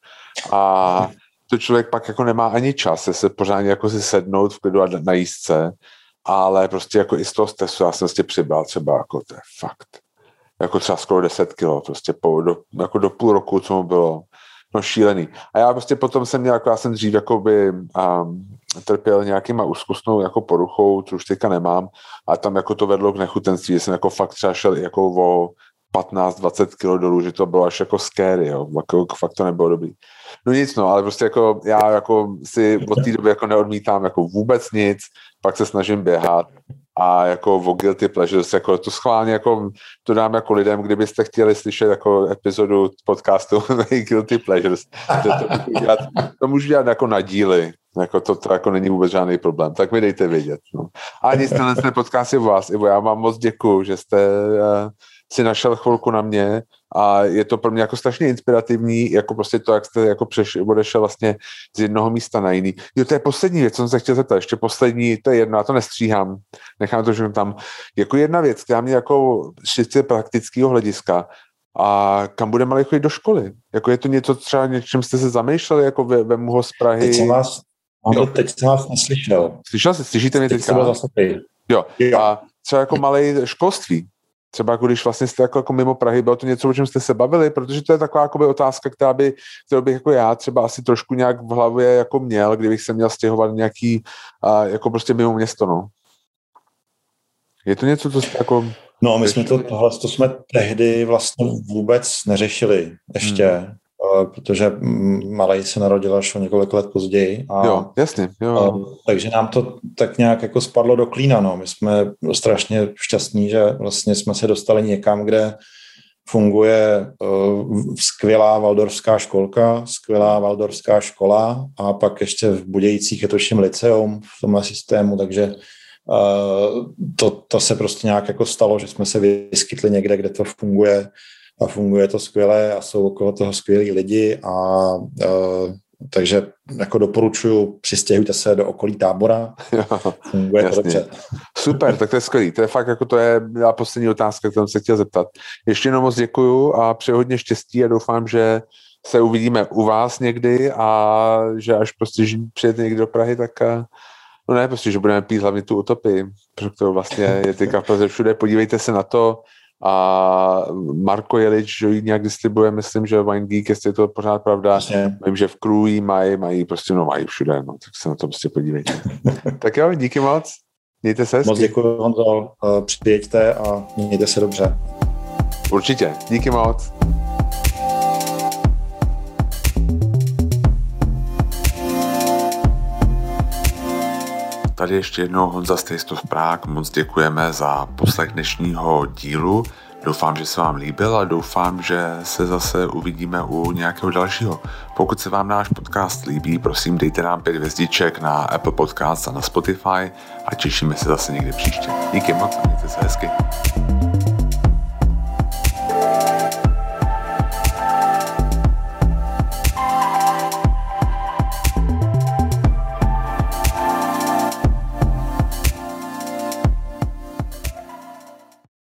A to člověk pak jako nemá ani čas se, se pořádně jako si sednout v klidu a najíst se, ale prostě jako i z toho stresu já jsem prostě přibral třeba jako to je fakt, jako třeba skoro deset kilo, prostě po, do, jako do půl roku, co mu bylo, no šílený. A já prostě potom jsem měl, jako já jsem dřív jakoby um, trpěl nějakýma úzkostnou jako poruchou, co už teďka nemám, a tam jako to vedlo k nechutenství, že jsem jako fakt třeba šel jako o patnáct dvacet kilo dolů, že to bylo až jako scary, jo, jako fakt to nebylo dobrý. No nic, no, ale prostě jako já jako si od té doby jako neodmítám jako vůbec nic, pak se snažím běhat a jako o guilty pleasures, jako to schválně jako to dám jako lidem, kdybyste chtěli slyšet jako epizodu podcastu guilty pleasures, to, to, můžu dělat, to můžu dělat jako na díly, jako to, to jako není vůbec žádný problém, tak mi dejte vědět. No. A nic, tenhle podcast je u vás, Ivo, já vám moc děkuju, že jste uh, si našel chvilku na mě a je to pro mě jako strašně inspirativní, jako prostě to, jak jste jako přeš, odešel vlastně z jednoho místa na jiný. Jo, to je poslední věc, co jsem se chtěl zeptat, ještě poslední, to je jedno, já to nestříhám, nechám to, že tam, jako jedna věc, která mě jako z praktického hlediska, a kam bude malý chodit do školy? Jako je to něco třeba, něčem jste se zamýšleli, jako ve, vemu ho z Prahy? Teď jsem vás, no, teď jsem vás neslyšel. Slyšel jsi, slyšíte mě teď teďka? Jo. jo. A třeba jako malé školství, třeba jako když vlastně jste jako, jako mimo Prahy, bylo to něco, o čem jste se bavili, protože to je taková jakoby otázka, která by, kterou bych jako já třeba asi trošku nějak v hlavě jako měl, kdybych se měl stěhovat nějaký, a, jako prostě mimo město, no. Je to něco, co jste jako... No, my jsme to, tohle to jsme tehdy vlastně vůbec neřešili ještě, hmm. protože malej se narodil až o několik let později. A, jo, jasně. Jo. A, takže nám to tak nějak jako spadlo do klína. No. My jsme strašně šťastní, že vlastně jsme se dostali někam, kde funguje uh, skvělá waldorfská školka, skvělá waldorfská škola a pak ještě v Budějcích je to všem liceum v tomhle systému, takže Uh, to, to se prostě nějak jako stalo, že jsme se vyskytli někde, kde to funguje a funguje to skvěle a jsou okolo toho skvělí lidi a uh, takže jako doporučuji, přistěhujte se do okolí Tábora, funguje to dobře. Super, tak to je skvělý, to je fakt jako to je já poslední otázka, kterou jsem se chtěl zeptat. Ještě jednou moc děkuju a přeji hodně štěstí a doufám, že se uvidíme u vás někdy a že až prostě přijete někdy do Prahy, tak no ne, prostě, že budeme pít hlavně tu utopii, pro kterou vlastně je teďka v Praze všude. Podívejte se na to a Marko Jelič, že ji nějak distribuje, myslím, že Wine Geek, jestli je to pořád pravda. Vlastně. Vím, že v Krůji mají, mají prostě, no mají všude, no, tak se na to prostě podívejte. Tak jo, díky moc. Mějte se hezky. Moc děkuji, Honzo. Přijeďte a mějte se dobře. Určitě. Díky moc. Tady ještě jednou Honza z Taste of Prague, moc děkujeme za poslech dnešního dílu. Doufám, že se vám líbil a doufám, že se zase uvidíme u nějakého dalšího. Pokud se vám náš podcast líbí, prosím dejte nám pět hvězdiček na Apple Podcast a na Spotify a těšíme se zase někdy příště. Díky moc a mějte se hezky.